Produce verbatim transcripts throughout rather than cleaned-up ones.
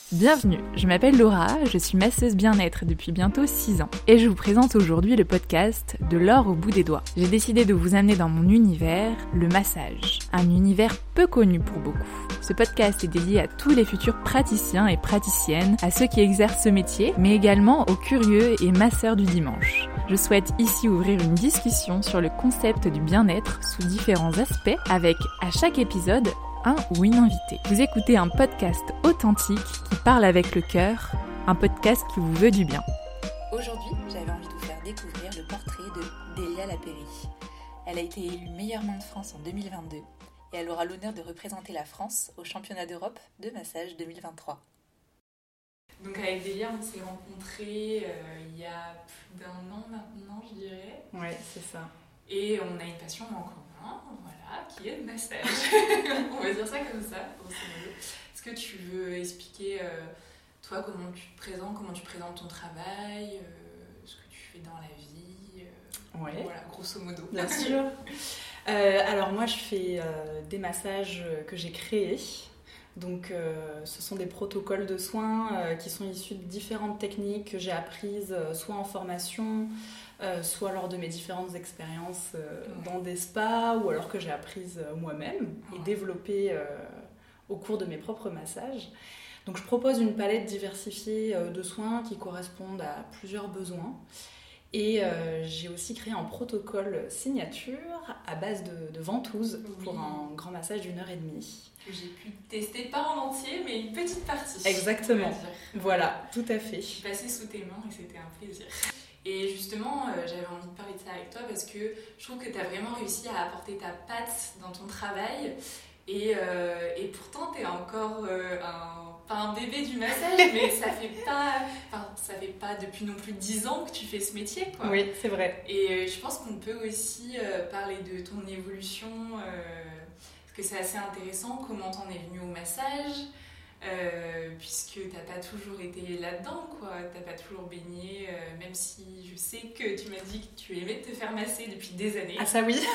Bienvenue, je m'appelle Laura, je suis masseuse bien-être depuis bientôt six ans et je vous présente aujourd'hui le podcast De l'or au bout des doigts. J'ai décidé de vous amener dans mon univers, le massage, un univers peu connu pour beaucoup. Ce podcast est dédié à tous les futurs praticiens et praticiennes, à ceux qui exercent ce métier, mais également aux curieux et masseurs du dimanche. Je souhaite ici ouvrir une discussion sur le concept du bien-être sous différents aspects, avec à chaque épisode un ou une invitée. Vous écoutez un podcast authentique qui parle avec le cœur, un podcast qui vous veut du bien. Aujourd'hui, j'avais envie de vous faire découvrir le portrait de Délia Lapéry. Elle a été élue meilleure main de France en deux mille vingt-deux et elle aura l'honneur de représenter la France au championnat d'Europe de massage deux mille vingt-trois. Donc avec Délia, on s'est rencontrés euh, il y a plus d'un an maintenant, je dirais. Ouais, c'est ça. Et on a une passion en commun, voilà, qui est le massage. On va dire ça comme ça, grosso modo. Est-ce que tu veux expliquer, euh, toi, comment tu te présentes, comment tu présentes ton travail, euh, ce que tu fais dans la vie euh, Ouais. Voilà, grosso modo. Bien sûr. Euh, alors moi, je fais euh, des massages que j'ai créés. Donc, euh, ce sont des protocoles de soins euh, qui sont issus de différentes techniques que j'ai apprises, euh, soit en formation, euh, soit lors de mes différentes expériences euh, Ouais. dans des spas, ou alors que j'ai apprises euh, moi-même et Ouais. développées euh, au cours de mes propres massages. Donc, je propose une palette diversifiée euh, de soins qui correspondent à plusieurs besoins. Et euh, j'ai aussi créé un protocole signature à base de, de ventouses Oui. pour un grand massage d'une heure et demie. Que j'ai pu tester, pas en entier, mais une petite partie. Exactement. on va dire. Voilà, tout à fait. Je suis passée sous tes mains et c'était un plaisir. Et justement, euh, j'avais envie de parler de ça avec toi parce que je trouve que tu as vraiment réussi à apporter ta patte dans ton travail. Et, euh, et pourtant, tu es encore euh, un, pas un bébé du massage, mais ça fait pas, enfin, ça fait pas depuis non plus dix ans que tu fais ce métier, quoi. Oui, c'est vrai. Et euh, je pense qu'on peut aussi euh, parler de ton évolution, euh, parce que c'est assez intéressant, comment t'en es venue au massage, euh, puisque t'as pas toujours été là-dedans, quoi. T'as pas toujours baigné, euh, même si je sais que tu m'as dit que tu aimais te faire masser depuis des années. Ah ça oui.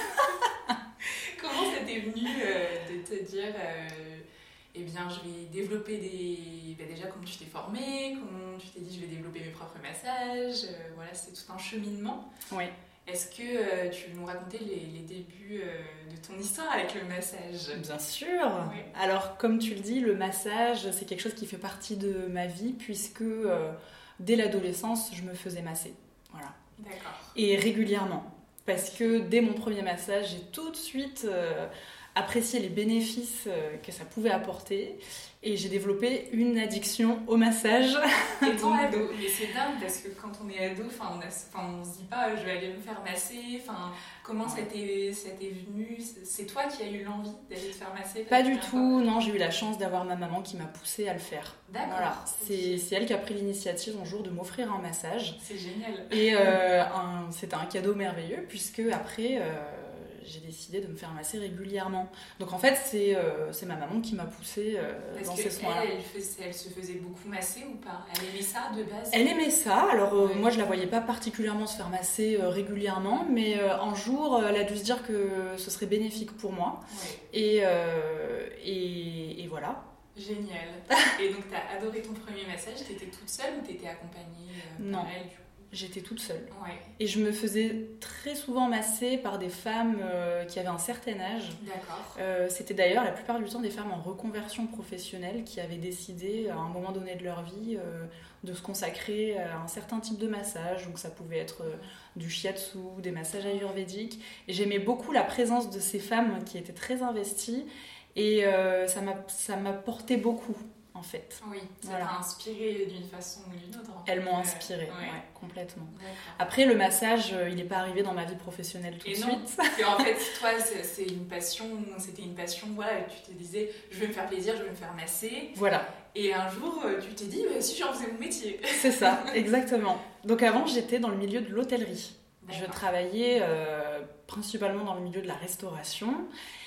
Comment ça t'est venu euh, de te dire, euh, eh bien, je vais développer des... Ben déjà, comment tu t'es formée, comment tu t'es dit, je vais développer mes propres massages, euh, voilà, c'est tout un cheminement. Oui. Est-ce que euh, tu veux nous raconter les, les débuts euh, de ton histoire avec le massage ? Bien sûr. Oui. Alors comme tu le dis, le massage, c'est quelque chose qui fait partie de ma vie puisque euh, dès l'adolescence, je me faisais masser. Voilà. D'accord. Et régulièrement. Parce que dès mon premier massage, j'ai tout de suite euh, apprécié les bénéfices euh, que ça pouvait apporter. Et j'ai développé une addiction au massage. Étant ado, mais c'est dingue parce que quand on est ado, on ne se dit pas je vais aller me faire masser. Comment ça t'est, ça t'est venu ? C'est toi qui as eu l'envie d'aller te faire masser ? Pas du tout, non, j'ai eu la chance d'avoir ma maman qui m'a poussée à le faire. D'accord. Voilà, c'est, c'est elle qui a pris l'initiative un jour de m'offrir un massage. C'est génial. Et euh, un, c'était un cadeau merveilleux puisque après euh, j'ai décidé de me faire masser régulièrement. Donc en fait c'est, euh, c'est ma maman qui m'a poussée euh, dans ces soins-là. Elle, elle, faisait, elle se faisait beaucoup masser ou pas ? Elle aimait ça de base ? Elle aimait ça, alors euh, Ouais. moi je la voyais pas particulièrement se faire masser euh, régulièrement, mais euh, un jour euh, elle a dû se dire que ce serait bénéfique pour moi. Ouais. Et, euh, et, et voilà. Génial. Et donc, tu as adoré ton premier massage. Tu étais toute seule ou tu étais accompagnée euh, Non. par elle, du coup ? J'étais toute seule. Ouais. Et je me faisais très souvent masser par des femmes euh, qui avaient un certain âge. D'accord. Euh, c'était d'ailleurs la plupart du temps des femmes en reconversion professionnelle qui avaient décidé à un moment donné de leur vie euh, de se consacrer à un certain type de massage. Donc ça pouvait être euh, du shiatsu, des massages ayurvédiques. Et j'aimais beaucoup la présence de ces femmes qui étaient très investies. Et euh, ça m'a, ça m'a porté beaucoup, en fait. Oui, ça Voilà. t'a inspiré d'une façon ou d'une autre. Elles m'ont Euh, inspirée, ouais. ouais, complètement. D'accord. Après, le massage, euh, il n'est pas arrivé dans ma vie professionnelle tout Et de non, suite. parce qu'en fait, toi, c'est, c'est une passion, c'était une passion, voilà, tu te disais, je vais me faire plaisir, je vais me faire masser. Voilà, Et un jour, euh, tu t'es dit, bah, si j'en faisais mon métier. c'est ça, exactement. Donc avant, j'étais dans le milieu de l'hôtellerie. Je D'accord. travaillais euh, principalement dans le milieu de la restauration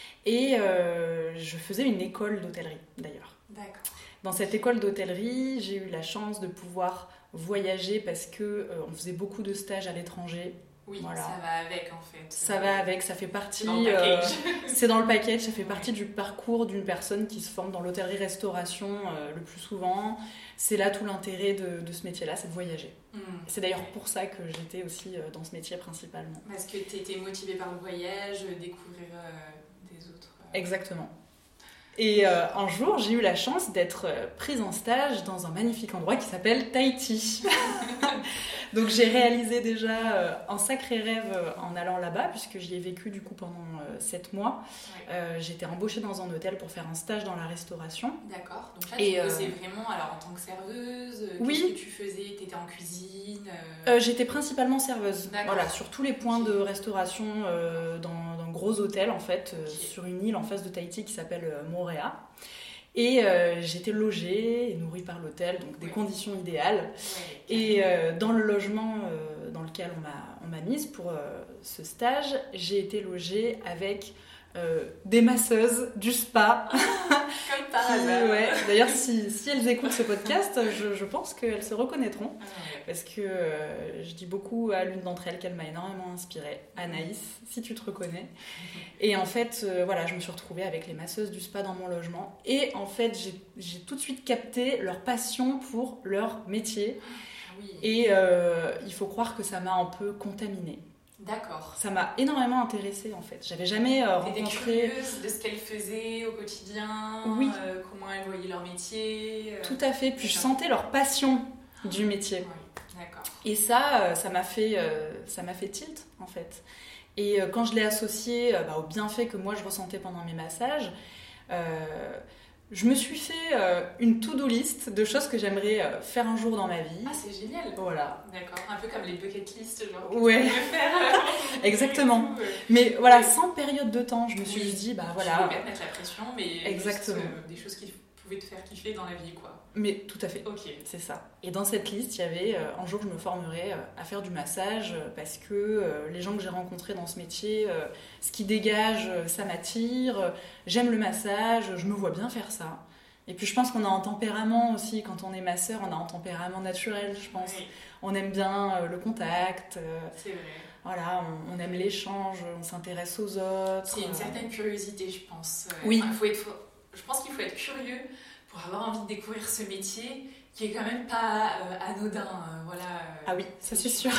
et euh, je faisais une école d'hôtellerie, d'ailleurs. D'accord. Dans cette école d'hôtellerie, j'ai eu la chance de pouvoir voyager parce que euh, on faisait beaucoup de stages à l'étranger. Oui, voilà. Ça va avec en fait. Ça va avec, ça fait partie... C'est dans le package. Euh, c'est dans le package, ça fait partie du parcours d'une personne qui se forme dans l'hôtellerie-restauration euh, le plus souvent. C'est là tout l'intérêt de, de ce métier-là, c'est de voyager. Mmh. C'est d'ailleurs pour ça que j'étais aussi euh, dans ce métier principalement. Parce que tu étais motivée par le voyage, découvrir euh, des autres... Euh... Exactement. Et euh, un jour, j'ai eu la chance d'être euh, prise en stage dans un magnifique endroit qui s'appelle Tahiti. Donc j'ai réalisé déjà euh, un sacré rêve euh, en allant là-bas, puisque j'y ai vécu du coup pendant euh, sept mois. Ouais. Euh, j'ai été embauchée dans un hôtel pour faire un stage dans la restauration. D'accord. Donc là, tu Et bossais euh... vraiment alors, en tant que serveuse. Oui. Qu'est-ce que tu faisais ? Tu étais en cuisine euh... Euh, J'étais principalement serveuse. Voilà, sur tous les points okay. de restauration euh, dans, dans gros hôtels en fait, okay. euh, sur une île en face de Tahiti qui s'appelle euh, Moorea. Et euh, j'étais logée et nourrie par l'hôtel, donc des ouais. conditions idéales. Ouais. Et euh, dans le logement euh, dans lequel on m'a, on m'a mise pour euh, ce stage, j'ai été logée avec euh, des masseuses du spa. Comme par hasard. Ouais. D'ailleurs, si, si elles écoutent ce podcast, je, je pense qu'elles se reconnaîtront. Ah, ouais. Parce que euh, je dis beaucoup à l'une d'entre elles qu'elle m'a énormément inspirée, Anaïs, si tu te reconnais. Et en fait, euh, voilà, je me suis retrouvée avec les masseuses du spa dans mon logement. Et en fait, j'ai, j'ai tout de suite capté leur passion pour leur métier. Ah, oui. Et euh, il faut croire que ça m'a un peu contaminée. D'accord. Ça m'a énormément intéressée en fait. J'avais jamais euh, rencontré... T'étais curieuse de ce qu'elles faisaient au quotidien, oui. euh, comment elles voyaient leur métier. Euh... Tout à fait. Puis je sentais leur passion du métier. Oui. D'accord. Et ça, euh, ça m'a fait, euh, ça m'a fait tilt en fait. Et euh, quand je l'ai associé euh, bah, au bienfait que moi je ressentais pendant mes massages, euh, je me suis fait euh, une to-do list de choses que j'aimerais euh, faire un jour dans ma vie. Ah, c'est génial. Voilà. D'accord. Un peu comme les bucket list, genre. Ouais. Que tu veux faire. Exactement. Tout, ouais. Mais voilà, sans période de temps, je me suis oui. dit, bah voilà. voilà. Je vais pas te mettre la pression, mais exactement. Juste, euh, des choses qui pouvaient te faire kiffer dans la vie, quoi. Mais tout à fait. Ok. C'est ça. Et dans cette liste, il y avait euh, un jour je me formerais euh, à faire du massage euh, parce que euh, les gens que j'ai rencontrés dans ce métier, euh, ce qui dégage, euh, ça m'attire. Euh, j'aime le massage, je me vois bien faire ça. Et puis je pense qu'on a un tempérament aussi, quand on est masseur, on a un tempérament naturel, je pense. Oui. On aime bien euh, le contact. Euh, C'est vrai. Voilà, on, on aime l'échange, on s'intéresse aux autres. C'est une certaine curiosité, je pense. Oui. Enfin, faut être, je pense qu'il faut être curieux pour avoir envie de découvrir ce métier qui est quand même pas euh, anodin. Euh, voilà, euh, ah oui, ça c'est sûr.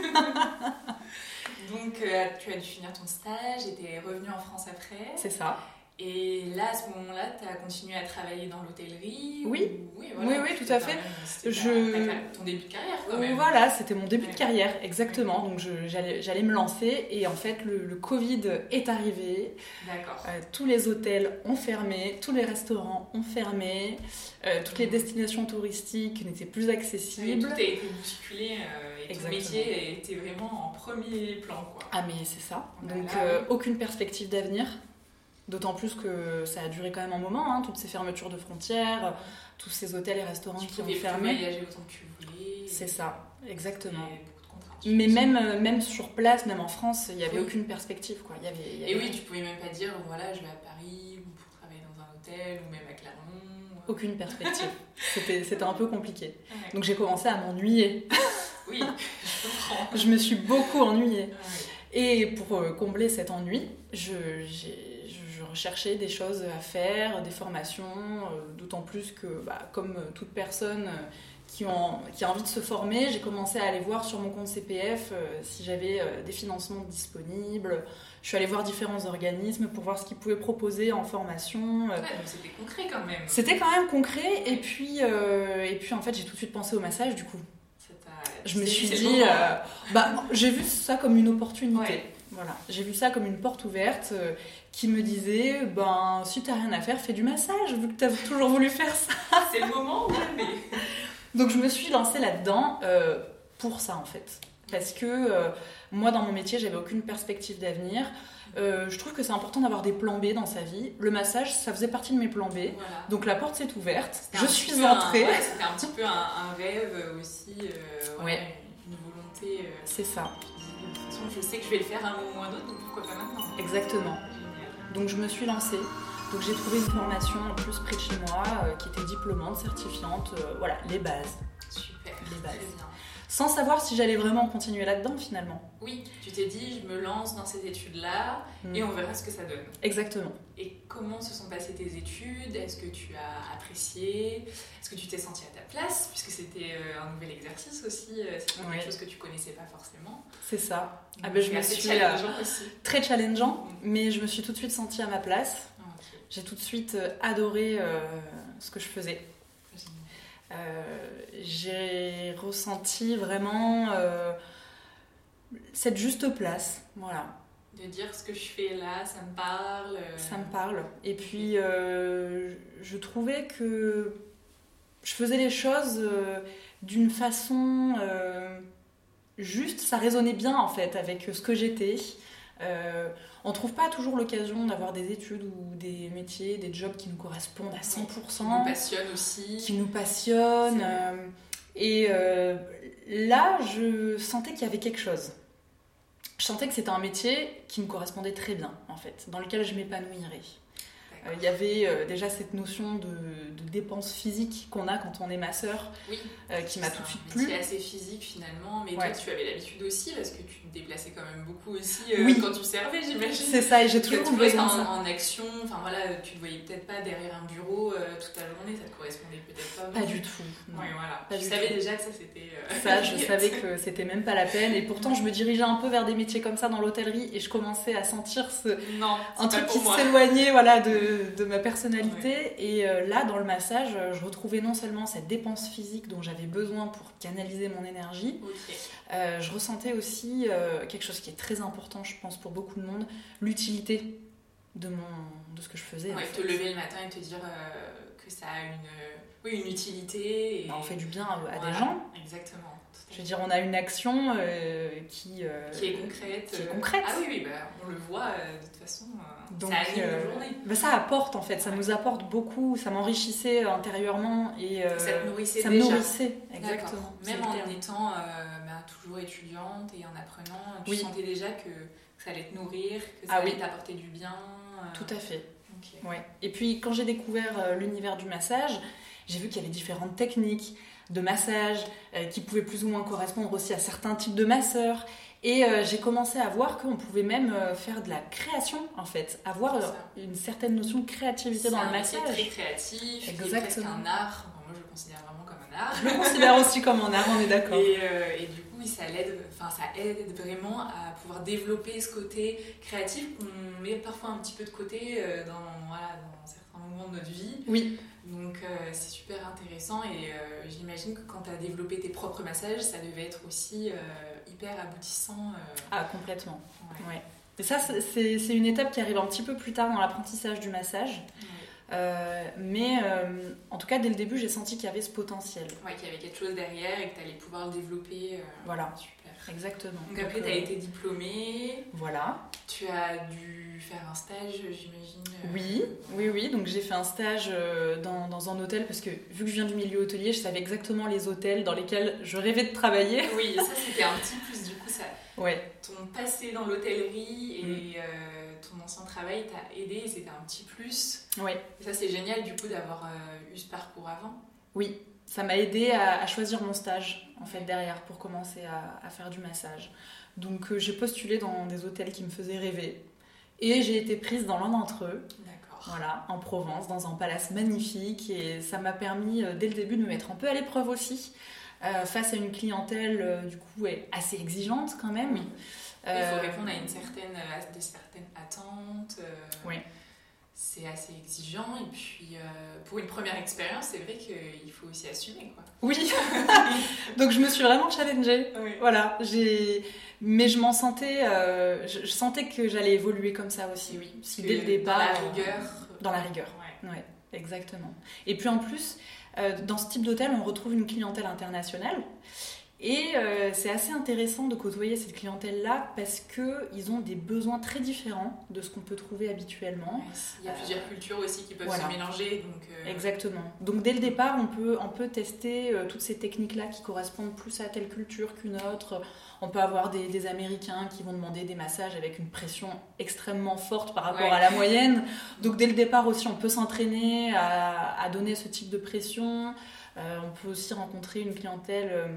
Donc euh, tu as dû finir ton stage et tu es revenue en France après. C'est ça. Et là, à ce moment-là, tu as continué à travailler dans l'hôtellerie? Oui, ou... oui, voilà, oui, oui, tout à fait. Même, je... ta, ta, ton début de carrière, quand même. Voilà, c'était mon début ouais. de carrière, exactement. Donc je, j'allais, j'allais me lancer et en fait, le, le Covid est arrivé. D'accord. Euh, tous les hôtels ont fermé, tous les restaurants ont fermé, euh, toutes les destinations touristiques n'étaient plus accessibles. Oui, tout a été bousculé euh, et exactement. Ton métier était vraiment en premier plan, quoi. Ah mais c'est ça. Voilà. Donc euh, aucune perspective d'avenir. D'autant plus que ça a duré quand même un moment, hein, toutes ces fermetures de frontières, tous ces hôtels et restaurants tu qui ont fermé. fermé. Tu pouvais voyager autant que tu voulais. C'est ça, exactement. Beaucoup de contraintes. Mais même, même sur place, même en France, il n'y avait oui. aucune perspective. Quoi. Il y avait, il y avait... Et oui, tu pouvais même pas dire, voilà, je vais à Paris ou pour travailler dans un hôtel ou même à Clermont. Aucune perspective. c'était, c'était un peu compliqué. Ouais. Donc j'ai commencé à m'ennuyer. Oui, je comprends. Je me suis beaucoup ennuyée. Ouais. Et pour combler cet ennui, je, j'ai... Je recherchais des choses à faire, des formations, euh, d'autant plus que, bah, comme toute personne euh, qui, ont, qui a envie de se former, j'ai commencé à aller voir sur mon compte C P F euh, si j'avais euh, des financements disponibles. Je suis allée voir différents organismes pour voir ce qu'ils pouvaient proposer en formation. Ouais, donc c'était concret quand même. C'était quand même concret, et puis, euh, et puis en fait j'ai tout de suite pensé au massage du coup. Je me suis dit, euh, bah, j'ai vu ça comme une opportunité. Ouais. Voilà, j'ai vu ça comme une porte ouverte euh, qui me disait, ben, si t'as rien à faire, fais du massage, vu que t'as toujours voulu faire ça. C'est le moment, ouais, mais... Donc je me suis lancée là-dedans euh, pour ça, en fait. Parce que euh, moi, dans mon métier, j'avais aucune perspective d'avenir. Euh, je trouve que c'est important d'avoir des plans B dans sa vie. Le massage, ça faisait partie de mes plans B. Voilà. Donc la porte s'est ouverte. C'était je suis entrée. Un, ouais, c'était un petit peu un, un rêve aussi, euh, ouais, ouais. Une volonté. Euh, c'est ça. De toute façon, je sais que je vais le faire à un moment ou à un autre, donc pourquoi pas maintenant? Exactement. Génial. Donc je me suis lancée. Donc j'ai trouvé une formation en plus près de chez moi euh, qui était diplômante, certifiante. Euh, voilà, les bases. Super. Les bases. Très bien. sans savoir si j'allais vraiment continuer là-dedans finalement. Oui, tu t'es dit, je me lance dans ces études-là mmh. et on verra ce que ça donne. Exactement. Et comment se sont passées tes études? Est-ce que tu as apprécié? Est-ce que tu t'es sentie à ta place? Puisque c'était un nouvel exercice aussi, c'est quelque oui. chose que tu connaissais pas forcément. C'est ça. Donc, ah ben, je me assez suis challengeant euh, aussi. Très challengeant, mmh. mais je me suis tout de suite sentie à ma place. Okay. J'ai tout de suite adoré euh, ce que je faisais. Euh, j'ai ressenti vraiment euh, cette juste place, voilà. De dire ce que je fais là, ça me parle. Euh... Ça me parle. Et puis, euh, je trouvais que je faisais les choses euh, d'une façon euh, juste. Ça résonnait bien en fait avec ce que j'étais. Euh, on ne trouve pas toujours l'occasion d'avoir des études ou des métiers, des jobs qui nous correspondent à cent pour cent. Qui nous passionnent aussi. Qui nous passionnent. Euh, et euh, là, je sentais qu'il y avait quelque chose. Je sentais que c'était un métier qui me correspondait très bien, en fait, dans lequel je m'épanouirais. Il euh, y avait euh, déjà cette notion de, de dépense physique qu'on a quand on est masseur, oui, euh, qui m'a tout de suite plu. C'est assez physique finalement, mais ouais. toi tu avais l'habitude aussi parce que tu te déplaçais quand même beaucoup aussi euh, oui. quand tu servais, j'imagine. C'est ça, et j'ai toujours tu besoin en, en action, enfin voilà, tu te voyais peut-être pas derrière un bureau euh, toute la journée, ça te correspondait peut-être pas. Pas du tout. Oui, voilà. Pas je du savais tout. déjà que ça c'était. Euh, ça, je savais que c'était même pas la peine, et pourtant je me dirigeais un peu vers des métiers comme ça dans l'hôtellerie, et je commençais à sentir ce non, un truc qui moi. s'éloignait, voilà, de, de ma personnalité. Ouais. Et euh, là, dans le massage, je retrouvais non seulement cette dépense physique dont j'avais besoin pour canaliser mon énergie, okay. euh, je ressentais aussi euh, quelque chose qui est très important, je pense, pour beaucoup de monde, l'utilité de, mon, de ce que je faisais. Ouais, te lever le matin et te dire euh, que ça a une, oui, une utilité. Et... Ben, on fait du bien à, à voilà, des gens. Exactement. Je veux dire, on a une action euh, qui, euh, qui est concrète. Qui est concrète. Ah oui, oui bah, on le voit euh, de toute façon. Euh, Donc, ça anime euh, nos journées. Bah, ça apporte en fait, ça ouais. nous apporte beaucoup, ça m'enrichissait intérieurement. Et, euh, ça te nourrissait ça déjà. me nourrissait, exactement. Même en étant euh, bah, toujours étudiante et en apprenant, tu oui. sentais déjà que, que ça allait te nourrir, que ça ah, allait oui. t'apporter du bien. Euh... Tout à fait. Okay. Ouais. Et puis quand j'ai découvert euh, l'univers du massage, j'ai vu qu'il y avait différentes techniques de massage euh, qui pouvaient plus ou moins correspondre aussi à certains types de masseurs. Et euh, j'ai commencé à voir qu'on pouvait même euh, faire de la création, en fait. Avoir euh, une certaine notion de créativité c'est dans le massage. C'est très créatif, exactement. Qui est presque un art. Bon, moi, je le considère vraiment comme un art. Je le considère aussi comme un art, on est d'accord. Et, euh, et du coup, oui, ça, l'aide, enfin, ça aide vraiment à pouvoir développer ce côté créatif qu'on met parfois un petit peu de côté euh, dans, voilà, dans certains moments de notre vie. Oui. Donc euh, c'est super intéressant et euh, j'imagine que quand tu as développé tes propres massages, ça devait être aussi euh, hyper aboutissant. Euh... Ah, complètement. Ouais. Ouais. Et ça, c'est, c'est une étape qui arrive un petit peu plus tard dans l'apprentissage du massage. Ouais. Euh, mais euh, en tout cas, dès le début, j'ai senti qu'il y avait ce potentiel. Ouais, qu'il y avait quelque chose derrière et que tu allais pouvoir le développer. Euh... Voilà. Super. Exactement. Donc, Donc après, tu as euh... été diplômée. Voilà. Tu as dû faire un stage, j'imagine. Euh... Oui, oui, oui. Donc j'ai fait un stage dans, dans un hôtel parce que vu que je viens du milieu hôtelier, je savais exactement les hôtels dans lesquels je rêvais de travailler. Oui, ça c'était un petit plus du coup. Ça... Ouais. Ton passé dans l'hôtellerie et mmh. euh, ton ancien travail t'a aidé et c'était un petit plus. Ouais. Et ça c'est génial du coup d'avoir euh, eu ce parcours avant. Oui, ça m'a aidé à, à choisir mon stage en fait derrière pour commencer à, à faire du massage. Donc euh, j'ai postulé dans des hôtels qui me faisaient rêver. Et j'ai été prise dans l'un d'entre eux, D'accord. Voilà, en Provence, dans un palace magnifique. Et ça m'a permis, euh, dès le début, de me mettre un peu à l'épreuve aussi, euh, face à une clientèle, euh, du coup, assez exigeante quand même. Oui. Euh, Il faut répondre à une certaine, à de certaines attentes. Euh, oui. C'est assez exigeant. Et puis, euh, pour une première expérience, c'est vrai qu'il faut aussi assumer, quoi. Oui. Donc, je me suis vraiment challengée. Oui. Voilà, j'ai... Mais je m'en sentais, euh, je, je sentais que j'allais évoluer comme ça aussi. Oui, parce si que dès le départ, dans la rigueur. Euh, dans la rigueur, ouais. ouais, exactement. Et puis en plus, euh, dans ce type d'hôtel, on retrouve une clientèle internationale. Et euh, c'est assez intéressant de côtoyer cette clientèle-là parce qu'ils ont des besoins très différents de ce qu'on peut trouver habituellement. Ouais, il y a plusieurs euh, cultures aussi qui peuvent voilà. se mélanger. Donc, euh... Exactement. Donc dès le départ, on peut, on peut tester euh, toutes ces techniques-là qui correspondent plus à telle culture qu'une autre. On peut avoir des, des Américains qui vont demander des massages avec une pression extrêmement forte par rapport ouais. à la moyenne. Donc dès le départ aussi, on peut s'entraîner à, à donner ce type de pression. Euh, on peut aussi rencontrer une clientèle... Euh,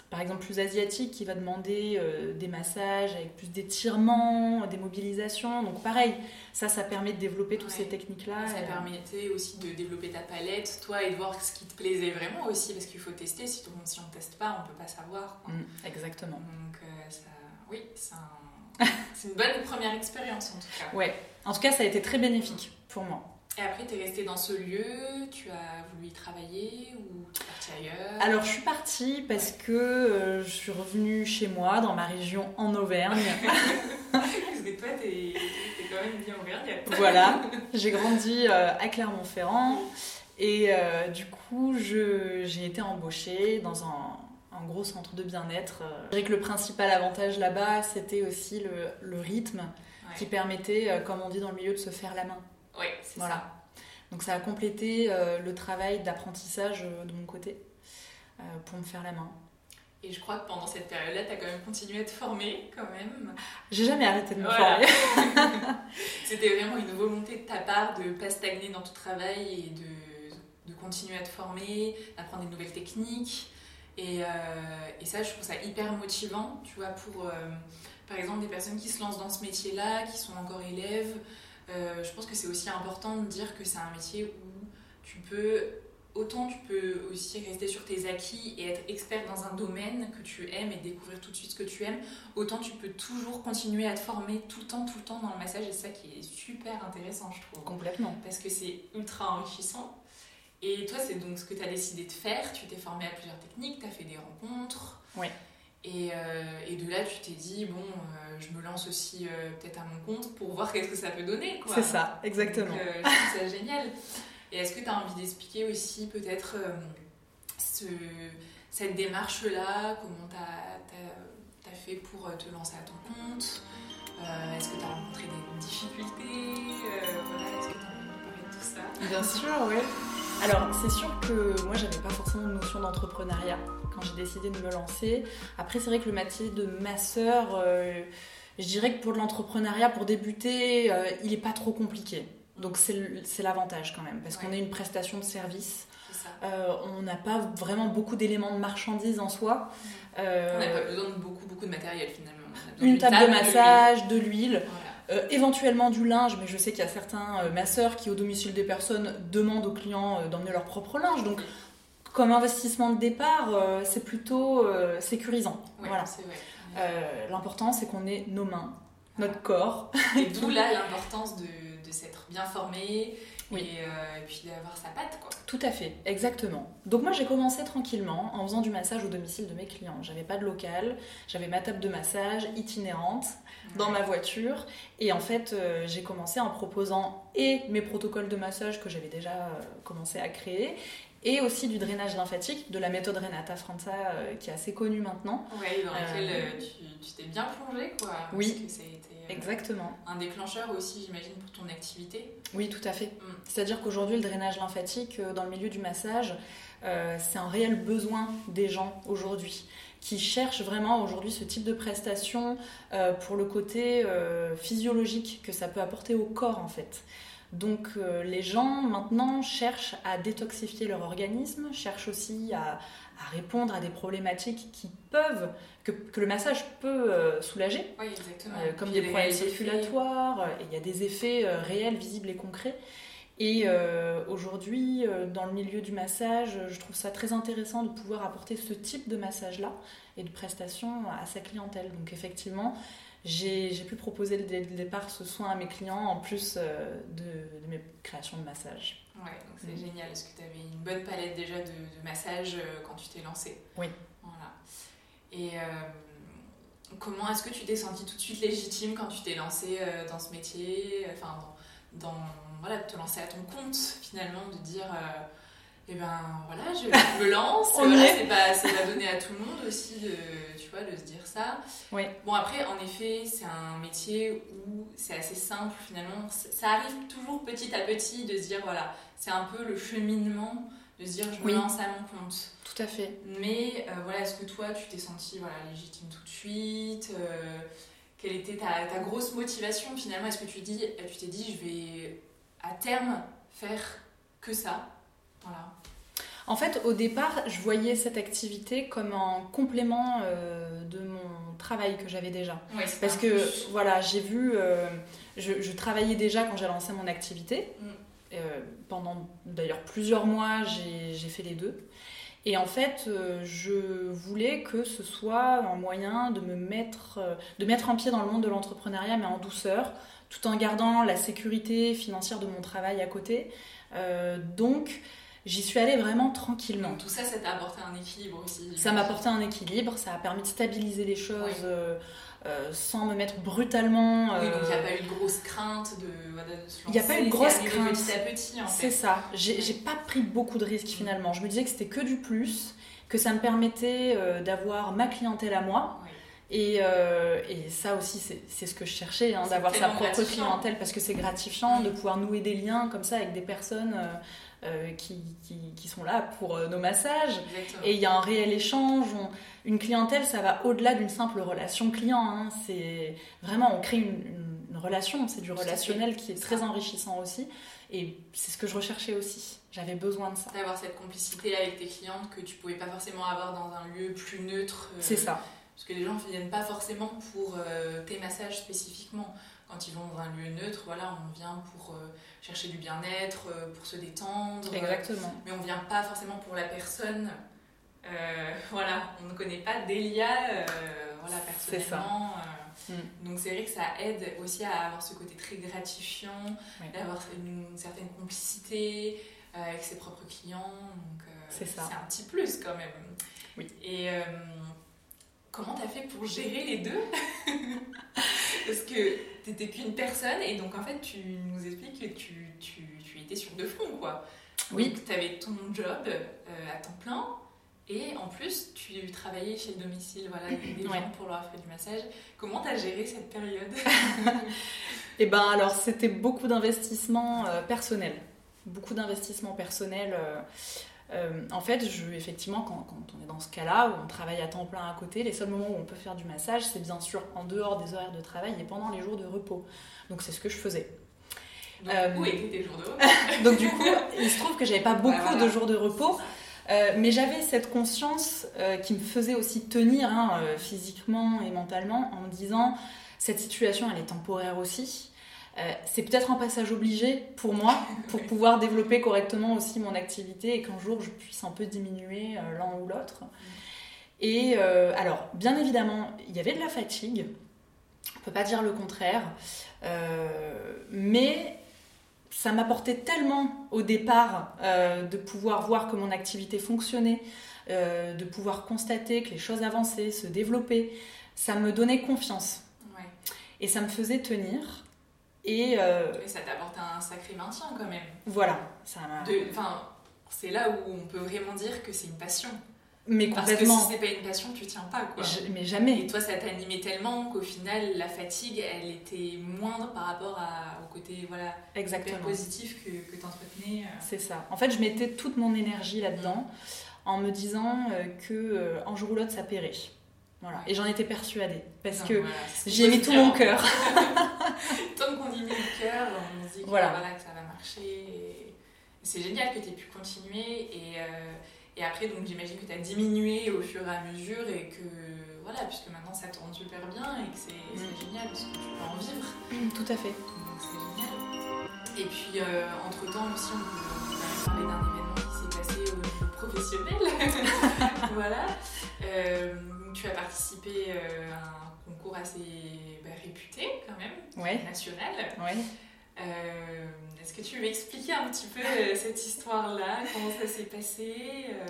par exemple plus asiatique, qui va demander euh, des massages avec plus d'étirements, des mobilisations. Donc pareil, ça, ça permet de développer toutes ouais. ces techniques-là. Ça et... permettait aussi de développer ta palette, toi, et de voir ce qui te plaisait vraiment aussi, parce qu'il faut tester. Si, on, si on ne teste pas, on ne peut pas savoir. Quoi. Mmh, exactement. Donc euh, ça, oui, c'est, un... c'est une bonne première expérience en tout cas. Ouais, en tout cas, ça a été très bénéfique mmh. pour moi. Et après, tu es restée dans ce lieu, tu as voulu y travailler ou tu es partie ailleurs? Alors, je suis partie parce que euh, je suis revenue chez moi, dans ma région en Auvergne. Parce que toi, tu es quand même bien Auvergne. Voilà, j'ai grandi euh, à Clermont-Ferrand et euh, du coup, je, j'ai été embauchée dans un, un gros centre de bien-être. Je dirais que le principal avantage là-bas, c'était aussi le, le rythme ouais. qui permettait, euh, comme on dit dans le milieu, de se faire la main. Oui, c'est voilà. ça. Donc ça a complété euh, le travail d'apprentissage euh, de mon côté euh, pour me faire la main. Et je crois que pendant cette période-là, tu as quand même continué à te former quand même. J'ai jamais arrêté de me voilà. former. C'était vraiment une volonté de ta part de ne pas stagner dans ton travail et de, de continuer à te former, d'apprendre des nouvelles techniques. Et, euh, et ça, je trouve ça hyper motivant, tu vois, pour euh, par exemple des personnes qui se lancent dans ce métier-là, qui sont encore élèves. Euh, je pense que c'est aussi important de dire que c'est un métier où tu peux, autant tu peux aussi rester sur tes acquis et être expert dans un domaine que tu aimes et découvrir tout de suite ce que tu aimes, autant tu peux toujours continuer à te former tout le temps, tout le temps dans le massage, et c'est ça qui est super intéressant, je trouve. Complètement. Parce que c'est ultra enrichissant. Et toi, c'est donc ce que tu as décidé de faire, tu t'es formé à plusieurs techniques, tu as fait des rencontres. Oui. Et, euh, et de là, tu t'es dit, bon, euh, je me lance aussi euh, peut-être à mon compte pour voir qu'est-ce que ça peut donner, quoi. C'est ça, exactement. Donc, euh, je trouve ça génial. Et est-ce que tu as envie d'expliquer aussi peut-être euh, ce, cette démarche-là, comment tu as fait pour te lancer à ton compte? euh, Est-ce que tu as rencontré des difficultés? euh, voilà, Est-ce que tu as envie de parler de tout ça? Bien sûr, oui. Alors, c'est sûr que moi, j'avais pas forcément de notion d'entrepreneuriat quand j'ai décidé de me lancer. Après, c'est vrai que le métier de masseur, euh, je dirais que pour l'entrepreneuriat, pour débuter, euh, il est pas trop compliqué. Donc, c'est, c'est l'avantage quand même, parce ouais. qu'on est une prestation de service. Euh, on n'a pas vraiment beaucoup d'éléments de marchandises en soi. Euh, on n'a pas besoin de beaucoup, beaucoup de matériel finalement. Une table, table de massage, de l'huile. De l'huile. Voilà. Euh, éventuellement du linge, mais je sais qu'il y a certains euh, masseurs qui, au domicile des personnes, demandent aux clients euh, d'emmener leur propre linge. Donc, comme investissement de départ, euh, c'est plutôt euh, sécurisant. Ouais, voilà. c'est vrai. Euh, l'important, c'est qu'on ait nos mains, notre corps. Et d'où là l'importance de, de s'être bien formé. Oui. Et, euh, et puis d'avoir sa patte, quoi. Tout à fait, exactement. Donc moi j'ai commencé tranquillement en faisant du massage au domicile de mes clients. J'avais pas de local, j'avais ma table de massage itinérante ouais. dans ma voiture. Et en fait euh, j'ai commencé en proposant et mes protocoles de massage que j'avais déjà euh, commencé à créer, et aussi du drainage lymphatique, de la méthode Renata Franza euh, qui est assez connue maintenant. Oui, dans laquelle euh, tu, tu t'es bien plongée, quoi. Oui, parce que ça a été, euh, exactement. Un déclencheur aussi, j'imagine, pour ton activité. Oui, tout à fait. Mm. C'est-à-dire qu'aujourd'hui, le drainage lymphatique, euh, dans le milieu du massage, euh, c'est un réel besoin des gens aujourd'hui, qui cherchent vraiment aujourd'hui ce type de prestation euh, pour le côté euh, physiologique que ça peut apporter au corps, en fait. Donc euh, les gens maintenant cherchent à détoxifier leur organisme, cherchent aussi à, à répondre à des problématiques qui peuvent, que, que le massage peut euh, soulager, oui, exactement. Euh, comme des problèmes circulatoires, et il y a des effets euh, réels, visibles et concrets. Et euh, aujourd'hui, euh, dans le milieu du massage, je trouve ça très intéressant de pouvoir apporter ce type de massage-là et de prestation à sa clientèle. Donc effectivement, J'ai, j'ai pu proposer dès le départ ce soin à mes clients en plus euh, de, de mes créations de massage. Ouais, donc c'est mmh. génial. Est-ce que tu avais une bonne palette déjà de, de massage euh, quand tu t'es lancée? Oui. Voilà. Et euh, comment est-ce que tu t'es sentie tout de suite légitime quand tu t'es lancée euh, dans ce métier? Enfin, dans, dans, voilà, de te lancer à ton compte finalement, de dire... Euh, et ben voilà, je me lance. Voilà, c'est pas, c'est pas donné à tout le monde aussi de, tu vois, de se dire ça. Oui. Bon, après, en effet, c'est un métier où c'est assez simple finalement. Ça arrive toujours petit à petit de se dire, voilà, c'est un peu le cheminement de se dire, je me oui. lance à mon compte. Tout à fait. Mais euh, voilà, est-ce que toi, tu t'es sentie voilà, légitime tout de suite? euh, Quelle était ta, ta grosse motivation finalement? Est-ce que tu, dis, tu t'es dit, je vais à terme faire que ça? Voilà. En fait, au départ, je voyais cette activité comme un complément euh, de mon travail que j'avais déjà. Ouais, c'est Parce un que, plus. voilà, j'ai vu... Euh, je, je travaillais déjà quand j'ai lancé mon activité. Mm. Euh, pendant, d'ailleurs, plusieurs mois, j'ai, j'ai fait les deux. Et en fait, euh, je voulais que ce soit un moyen de me mettre, euh, de mettre un pied dans le monde de l'entrepreneuriat, mais en douceur, tout en gardant la sécurité financière de mon travail à côté. Euh, donc... J'y suis allée vraiment tranquillement. Donc tout ça, ça t'a apporté un équilibre aussi. Ça m'a apporté un équilibre, ça a permis de stabiliser les choses ouais. euh, euh, sans me mettre brutalement... Euh... Oui, donc il n'y a pas eu de grosse crainte de, voilà, de se lancer. Il n'y a pas eu de grosse crainte. Petit à petit, en fait. C'est ça. J'ai, ouais. j'ai pas pris beaucoup de risques finalement. Je me disais que c'était que du plus, que ça me permettait euh, d'avoir ma clientèle à moi. Ouais. Et, euh, et ça aussi, c'est, c'est ce que je cherchais, hein, d'avoir sa propre clientèle parce que c'est gratifiant mmh. de pouvoir nouer des liens comme ça avec des personnes... Euh, Euh, qui, qui, qui sont là pour euh, nos massages. Exactement. Et il y a un réel échange. On, une clientèle, ça va au-delà d'une simple relation client. Hein. C'est vraiment, on crée une, une, une relation, c'est du relationnel qui est très enrichissant aussi. Et c'est ce que je recherchais aussi. J'avais besoin de ça. D'avoir cette complicité avec tes clientes que tu pouvais pas forcément avoir dans un lieu plus neutre. Euh, c'est ça. Parce que les gens ne viennent pas forcément pour euh, tes massages spécifiquement. Quand ils vont dans un lieu neutre, voilà, on vient pour euh, chercher du bien-être, euh, pour se détendre. Exactement. Euh, mais on ne vient pas forcément pour la personne. Euh, voilà, on ne connaît pas Délia euh, voilà, personnellement. C'est ça. Euh, mm. Donc c'est vrai que ça aide aussi à avoir ce côté très gratifiant, oui. d'avoir une, une certaine complicité euh, avec ses propres clients. Donc euh, c'est ça. C'est un petit plus quand même. Oui. Et euh, comment tu as fait pour gérer les deux? Parce que tu n'étais qu'une personne et donc en fait tu nous expliques que tu, tu, tu étais sur deux fronts quoi. Oui. Donc tu avais ton job euh, à temps plein et en plus tu travaillais chez le domicile, voilà, avec des ouais. gens pour leur faire du massage. Comment tu as géré cette période? Eh ben alors c'était beaucoup d'investissements euh, personnels. Beaucoup d'investissements personnels. Euh, Euh, en fait, je, effectivement, quand, quand on est dans ce cas-là, où on travaille à temps plein à côté, les seuls moments où on peut faire du massage, c'est bien sûr en dehors des horaires de travail et pendant les jours de repos. Donc, c'est ce que je faisais. Donc, euh, où étaient tes jours de repos? Donc, du coup, il se trouve que j'avais pas beaucoup ouais, voilà. de jours de repos, euh, mais j'avais cette conscience euh, qui me faisait aussi tenir hein, euh, physiquement et mentalement en me disant cette situation, elle est temporaire aussi. Euh, c'est peut-être un passage obligé pour moi pour pouvoir développer correctement aussi mon activité et qu'un jour je puisse un peu diminuer euh, l'un ou l'autre. Et euh, alors, bien évidemment, il y avait de la fatigue, on ne peut pas dire le contraire, euh, mais ça m'apportait tellement au départ euh, de pouvoir voir que mon activité fonctionnait, euh, de pouvoir constater que les choses avançaient, se développaient, ça me donnait confiance. Ouais. Et ça me faisait tenir. Et, euh, et ça t'apporte un sacré maintien quand même. Voilà. Ça m'a... De, c'est là où on peut vraiment dire que c'est une passion. Mais complètement. Parce que si c'est pas une passion, tu tiens pas quoi. Je, mais jamais. Et toi, ça t'animait tellement qu'au final, la fatigue, elle était moindre par rapport à, au côté voilà, exactement. positif que, que t'entretenais. C'est ça. En fait, je mettais toute mon énergie là-dedans mmh. en me disant euh, que euh, un jour ou l'autre, ça paierait. Voilà. Et j'en étais persuadée parce non, que voilà, j'y ai mis tout mon cœur. Tant qu'on y met le cœur, on se dit que, voilà. voilà, que ça va marcher. Et c'est génial que tu aies pu continuer. Et, euh, et après, donc, j'imagine que tu as diminué au fur et à mesure et que, voilà, puisque maintenant ça tourne super bien et que c'est, mmh. c'est génial parce que tu peux en vivre. Mmh, tout à fait. Donc c'est génial. Et puis, euh, entre-temps aussi, on peut parler d'un événement qui s'est passé au niveau professionnel. Voilà. Euh, tu as participé euh, à un concours assez bah, réputé quand même, ouais. national. Ouais. Euh, est-ce que tu veux expliquer un petit peu euh, cette histoire-là, comment ça s'est passé, euh,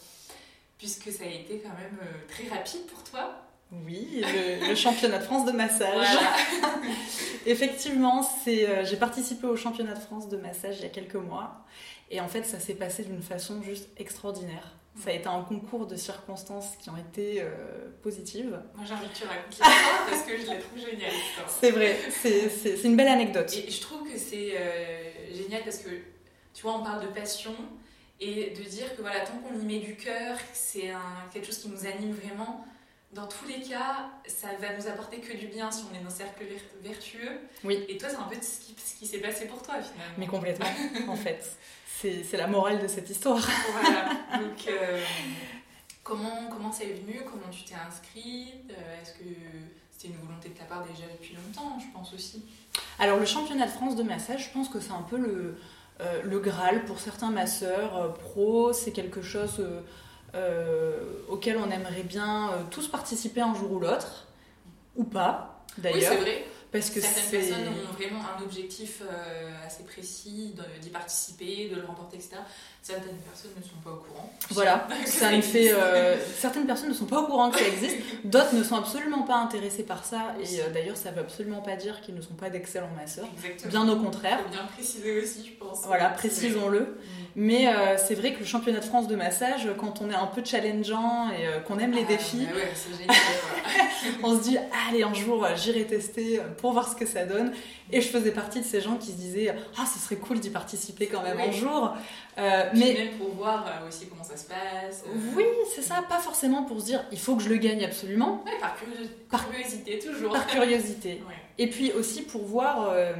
puisque ça a été quand même euh, très rapide pour toi? Oui, le, le championnat de France de massage. Voilà. Effectivement, c'est, euh, j'ai participé au championnat de France de massage il y a quelques mois. Et en fait, ça s'est passé d'une façon juste extraordinaire. Ça a été un concours de circonstances qui ont été euh, positives. Moi, j'ai envie que tu racontes l'histoire parce que je la trouve géniale. C'est vrai, c'est, c'est, c'est une belle anecdote. Et je trouve que c'est euh, génial parce que, tu vois, on parle de passion et de dire que voilà, tant qu'on y met du cœur, c'est un, quelque chose qui nous anime vraiment, dans tous les cas, ça va nous apporter que du bien si on est dans un cercle ver- vertueux. Oui. Et toi, c'est un peu ce qui, ce qui s'est passé pour toi, finalement. Mais complètement, en fait. C'est, c'est la morale de cette histoire. Voilà. Donc, euh, comment, comment ça est venu? Comment tu t'es inscrite? Est-ce que c'était une volonté de ta part déjà depuis longtemps, je pense aussi? Alors, le championnat de France de massage, je pense que c'est un peu le, euh, le Graal pour certains masseurs euh, pros. C'est quelque chose euh, euh, auquel on aimerait bien euh, tous participer un jour ou l'autre. Ou pas, d'ailleurs. Oui, c'est vrai. Parce que certaines c'est... personnes ont vraiment un objectif euh, assez précis de, d'y participer, de le remporter, et cetera. Certaines personnes ne sont pas au courant. Voilà, ça me fait. Euh, certaines personnes ne sont pas au courant que ça existe, d'autres ne sont absolument pas intéressées par ça, et euh, d'ailleurs, ça ne veut absolument pas dire qu'ils ne sont pas d'excellents masseurs. Exactement. Bien au contraire. Il faut bien préciser aussi, je pense. Voilà, précisons-le. Mmh. Mais euh, c'est vrai que le championnat de France de massage, quand on est un peu challengeant et euh, qu'on aime les ah, défis, bah ouais, c'est génial, on se dit allez, un jour j'irai tester pour voir ce que ça donne. Et je faisais partie de ces gens qui se disaient ah, ce serait cool d'y participer quand même oui. un jour. Euh, mais même pour voir aussi comment ça se passe. Euh... Oui, c'est ça, pas forcément pour se dire il faut que je le gagne absolument. Ouais, par, curios... par curiosité, toujours. Par curiosité. Ouais. Et puis aussi pour voir. Euh...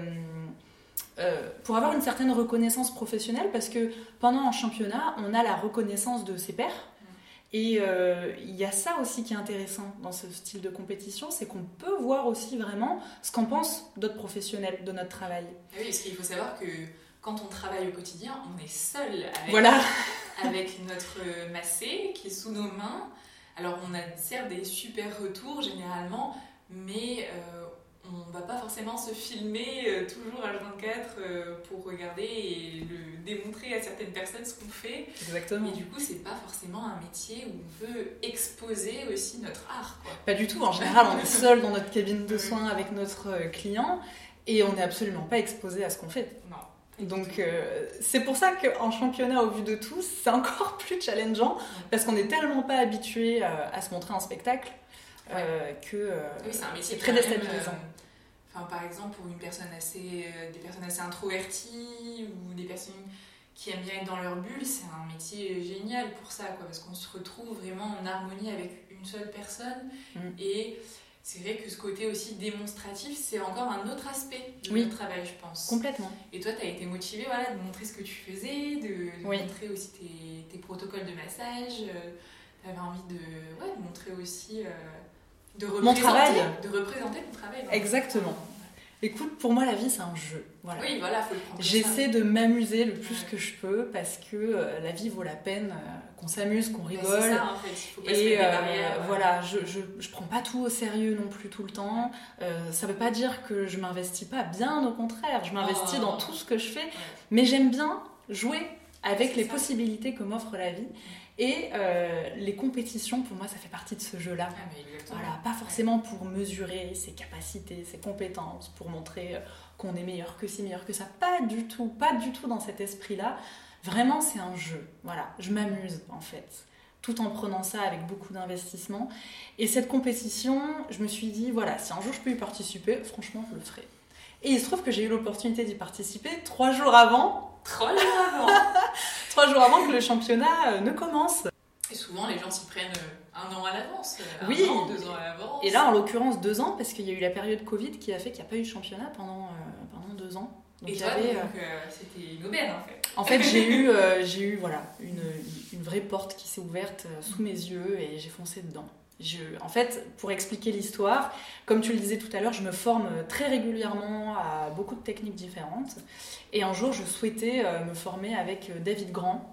Euh, pour avoir une certaine reconnaissance professionnelle, parce que pendant un championnat, on a la reconnaissance de ses pairs. Et il euh, y a ça aussi qui est intéressant dans ce style de compétition, c'est qu'on peut voir aussi vraiment ce qu'en pensent d'autres professionnels de notre travail. Oui, parce qu'il faut savoir que quand on travaille au quotidien, on est seul avec, voilà. avec notre massé qui est sous nos mains. Alors on a certes des super retours généralement, mais euh, on ne va pas forcément se filmer euh, toujours H vingt-quatre euh, pour regarder et le démontrer à certaines personnes ce qu'on fait. Exactement. Et du coup, c'est pas forcément un métier où on peut exposer aussi notre art, quoi. Pas du tout. En général, on est seul dans notre cabine de soins avec notre client et on n'est absolument pas exposé à ce qu'on fait. Non. Donc euh, c'est pour ça qu'en championnat, au vu de tous, c'est encore plus challengeant parce qu'on n'est tellement pas habitué à, à se montrer en spectacle. Euh, que euh, oui, c'est un métier c'est très déstabilisant. Euh, enfin, par exemple, pour une personne assez, euh, des personnes assez introverties ou des personnes qui aiment bien être dans leur bulle, c'est un métier génial pour ça, quoi, parce qu'on se retrouve vraiment en harmonie avec une seule personne. Mm. Et c'est vrai que ce côté aussi démonstratif, c'est encore un autre aspect de oui. notre travail, je pense. Complètement. Et toi, tu as été motivée voilà, de montrer ce que tu faisais, de, de oui. montrer aussi tes, tes protocoles de massage. Euh, tu avais envie de, ouais, de montrer aussi... Euh, De mon travail. De représenter ton travail. Exactement. Écoute, pour moi, la vie, c'est un jeu. Voilà. Oui, voilà, faut le prendre. J'essaie de m'amuser le plus ouais. que je peux parce que euh, la vie vaut la peine euh, qu'on s'amuse, qu'on rigole. Mais c'est ça, en fait. Il faut pas et se mettre des euh, barrières. Ouais. Voilà, je, je, je prends pas tout au sérieux non plus tout le temps. Euh, ça veut pas dire que je m'investis pas. Bien au contraire, je m'investis oh. dans tout ce que je fais. Ouais. Mais j'aime bien jouer avec les ça. possibilités que m'offre la vie. Et euh, les compétitions, pour moi, ça fait partie de ce jeu-là. Ah, mais voilà, pas forcément pour mesurer ses capacités, ses compétences, pour montrer qu'on est meilleur que ci, meilleur que ça. Pas du tout, pas du tout dans cet esprit-là. Vraiment, c'est un jeu. Voilà, je m'amuse, en fait, tout en prenant ça avec beaucoup d'investissement. Et cette compétition, je me suis dit, voilà, si un jour je peux y participer, franchement, je le ferai. Et il se trouve que j'ai eu l'opportunité d'y participer trois jours avant. Trois jours avant Trois jours avant que le championnat ne commence. Et souvent, les gens s'y prennent un an à l'avance. Un oui. an, deux ans à l'avance. Et là, en l'occurrence, deux ans, parce qu'il y a eu la période Covid qui a fait qu'il n'y a pas eu de championnat pendant, euh, pendant deux ans. Donc, et toi, avait, donc, euh, c'était une aubaine, en fait. En fait, j'ai eu, euh, j'ai eu voilà, une, une vraie porte qui s'est ouverte sous mes yeux et j'ai foncé dedans. Je, en fait, pour expliquer l'histoire, comme tu le disais tout à l'heure, je me forme très régulièrement à beaucoup de techniques différentes. Et un jour, je souhaitais me former avec David Grand,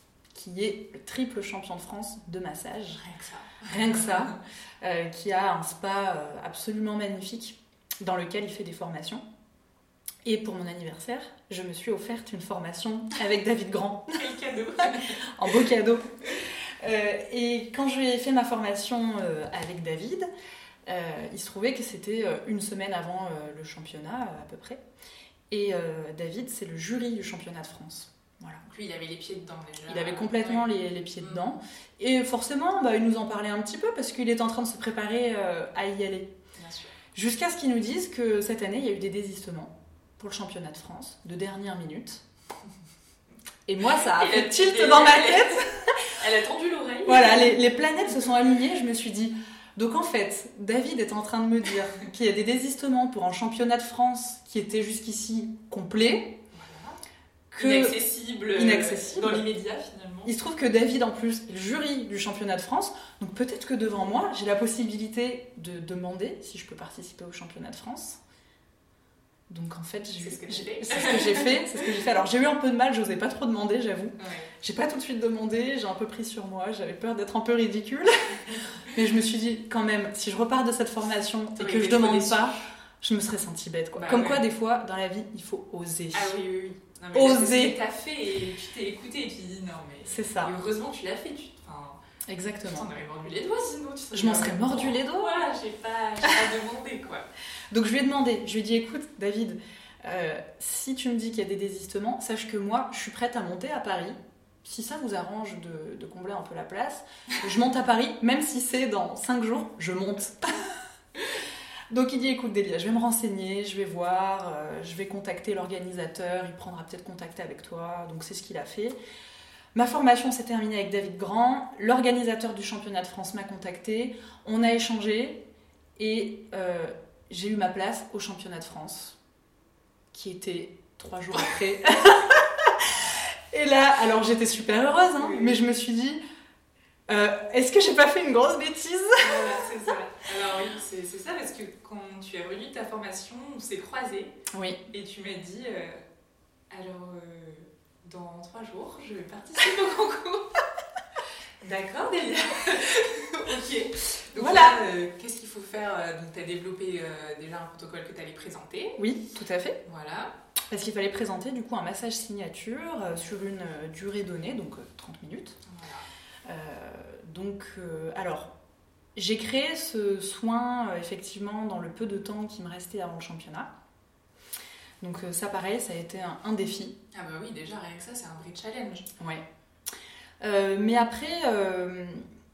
qui est le triple champion de France de massage. Rien que ça. Rien que ça. euh, qui a un spa absolument magnifique dans lequel il fait des formations. Et pour mon anniversaire, je me suis offerte une formation avec David Grand. Quel cadeau. En beau cadeau. Euh, et quand j'ai fait ma formation euh, avec David, euh, il se trouvait que c'était euh, une semaine avant euh, le championnat, euh, à peu près. Et euh, David, c'est le jury du championnat de France. Voilà. Lui, il avait les pieds dedans déjà. Il avait complètement ouais. les, les pieds dedans. Mmh. Et forcément, bah, il nous en parlait un petit peu parce qu'il était en train de se préparer euh, à y aller. Bien sûr. Jusqu'à ce qu'il nous dise que cette année, il y a eu des désistements pour le championnat de France, de dernière minute. Et moi, ça a fait tilt dans ma tête. Elle a tendu l'oreille. Voilà, les, les planètes se sont alignées. Je me suis dit, Donc en fait, David est en train de me dire qu'il y a des désistements pour un championnat de France qui était jusqu'ici complet. Voilà. Que... Inaccessible, Inaccessible. Dans l'immédiat finalement. Il se trouve que David en plus est le jury du championnat de France, donc peut-être que devant moi, j'ai la possibilité de demander si je peux participer au championnat de France. Donc en fait, j'ai, c'est ce que j'ai, j'ai fait. c'est ce que j'ai fait. C'est ce que j'ai fait. Alors j'ai eu un peu de mal, j'osais pas trop demander, j'avoue. Ouais. J'ai pas tout de suite demandé, j'ai un peu pris sur moi, j'avais peur d'être un peu ridicule. Mais je me suis dit, quand même, si je repars de cette formation et Oui, que je mais demande faut pas, je me serais sentie bête, quoi. Bah, Comme ouais. quoi, des fois, dans la vie, il faut oser. Ah oui, oui, oui. Non, mais là, Oser. c'est ce que t'as fait et tu t'es écouté et tu dis non mais... C'est ça. Et heureusement que tu l'as fait. Tu... Enfin, tu Exactement. t'en aurais mordu les doigts sinon. Tu serais Je m'en dit, serais ah, mordu bon, les doigts. Voilà, j'ai pas, j'ai pas demandé quoi. Donc je lui ai demandé, je lui ai dit, écoute, David, euh, si tu me dis qu'il y a des désistements, sache que moi, je suis prête à monter à Paris. Si ça vous arrange de, de combler un peu la place, je monte à Paris, même si c'est dans cinq jours, je monte. Donc il dit, écoute Délia, je vais me renseigner, je vais voir, euh, je vais contacter l'organisateur, il prendra peut-être contact avec toi, donc c'est ce qu'il a fait. Ma formation s'est terminée avec David Grand, l'organisateur du championnat de France m'a contacté, on a échangé et euh, j'ai eu ma place au championnat de France, qui était trois jours après. Et là, alors j'étais super heureuse, hein, Oui. mais je me suis dit, euh, est-ce que j'ai pas fait une grosse bêtise ? Voilà, c'est ça. Alors oui, c'est, c'est ça parce que quand tu es revenu de ta formation, on s'est croisés Oui. et tu m'as dit euh, alors euh, dans trois jours, je participe au concours. D'accord, Délia. Ok. Donc Voilà. là, euh, qu'est-ce qu'il faut faire ? Donc tu as développé euh, déjà un protocole que tu allais présenter. Oui, tout à fait. Voilà. Parce qu'il fallait présenter du coup un massage signature euh, sur une euh, durée donnée, donc euh, trente minutes. Voilà. Euh, donc, euh, alors, j'ai créé ce soin euh, effectivement dans le peu de temps qui me restait avant le championnat. Donc euh, ça pareil, ça a été un, un défi. Ah bah oui, déjà rien que ça, c'est un vrai challenge. Ouais. Euh, mais après, euh,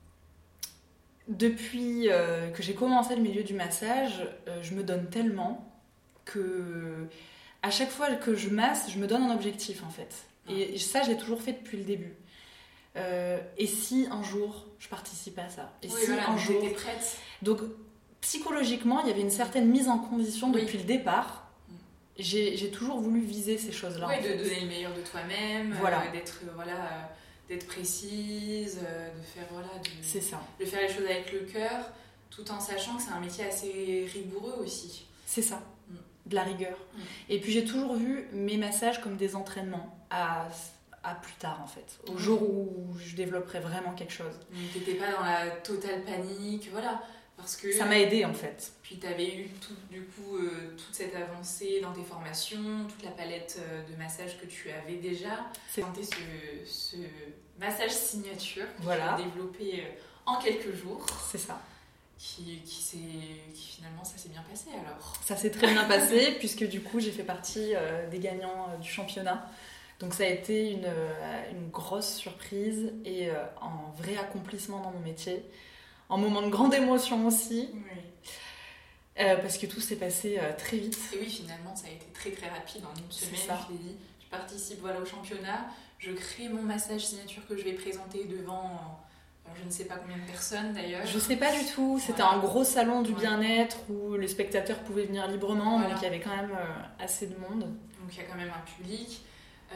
depuis euh, que j'ai commencé le milieu du massage, euh, je me donne tellement que à chaque fois que je masse, je me donne un objectif en fait. Et, et ça, je l'ai toujours fait depuis le début. Euh, et si un jour je participais à ça ? Et Oui, si voilà, un donc jour. t'étais prête. Donc psychologiquement, il y avait une certaine mise en condition Oui. depuis le départ. J'ai, j'ai toujours voulu viser ces choses-là. Oui, en de fait. donner le meilleur de toi-même, Voilà. euh, d'être, euh, voilà, euh, d'être précise, euh, de faire, voilà, de, C'est ça. de faire les choses avec le cœur, tout en sachant que c'est un métier assez rigoureux aussi. C'est ça. Mm. De la rigueur. Mm. Et puis j'ai toujours vu mes massages comme des entraînements à, à plus tard en fait. Au Mm. jour où je développerais vraiment quelque chose. Donc t'étais pas dans la totale panique, voilà. Parce que Ça m'a aidée en fait. puis tu avais eu tout, du coup euh, toute cette avancée dans tes formations, toute la palette euh, de massages que tu avais déjà. C'est- C'était ce, ce massage signature que Voilà. tu as développé euh, en quelques jours, C'est ça. qui, qui, s'est, qui finalement ça s'est bien passé alors. Ça s'est très bien passé puisque du coup j'ai fait partie euh, des gagnants euh, du championnat. Donc ça a été une, euh, une grosse surprise et euh, un vrai accomplissement dans mon métier. Un moment de grande émotion aussi, Oui. euh, parce que tout s'est passé euh, très vite. Et oui, finalement ça a été très très rapide en une C'est semaine. ça. Je l'ai dit, je participe voilà, au championnat, je crée mon massage signature que je vais présenter devant alors, je ne sais pas combien de personnes d'ailleurs. Je sais pas du tout, c'était Voilà. un gros salon du Ouais. bien-être où les spectateurs pouvaient venir librement, Voilà. donc il y avait quand même euh, assez de monde. Donc il y a quand même un public, euh,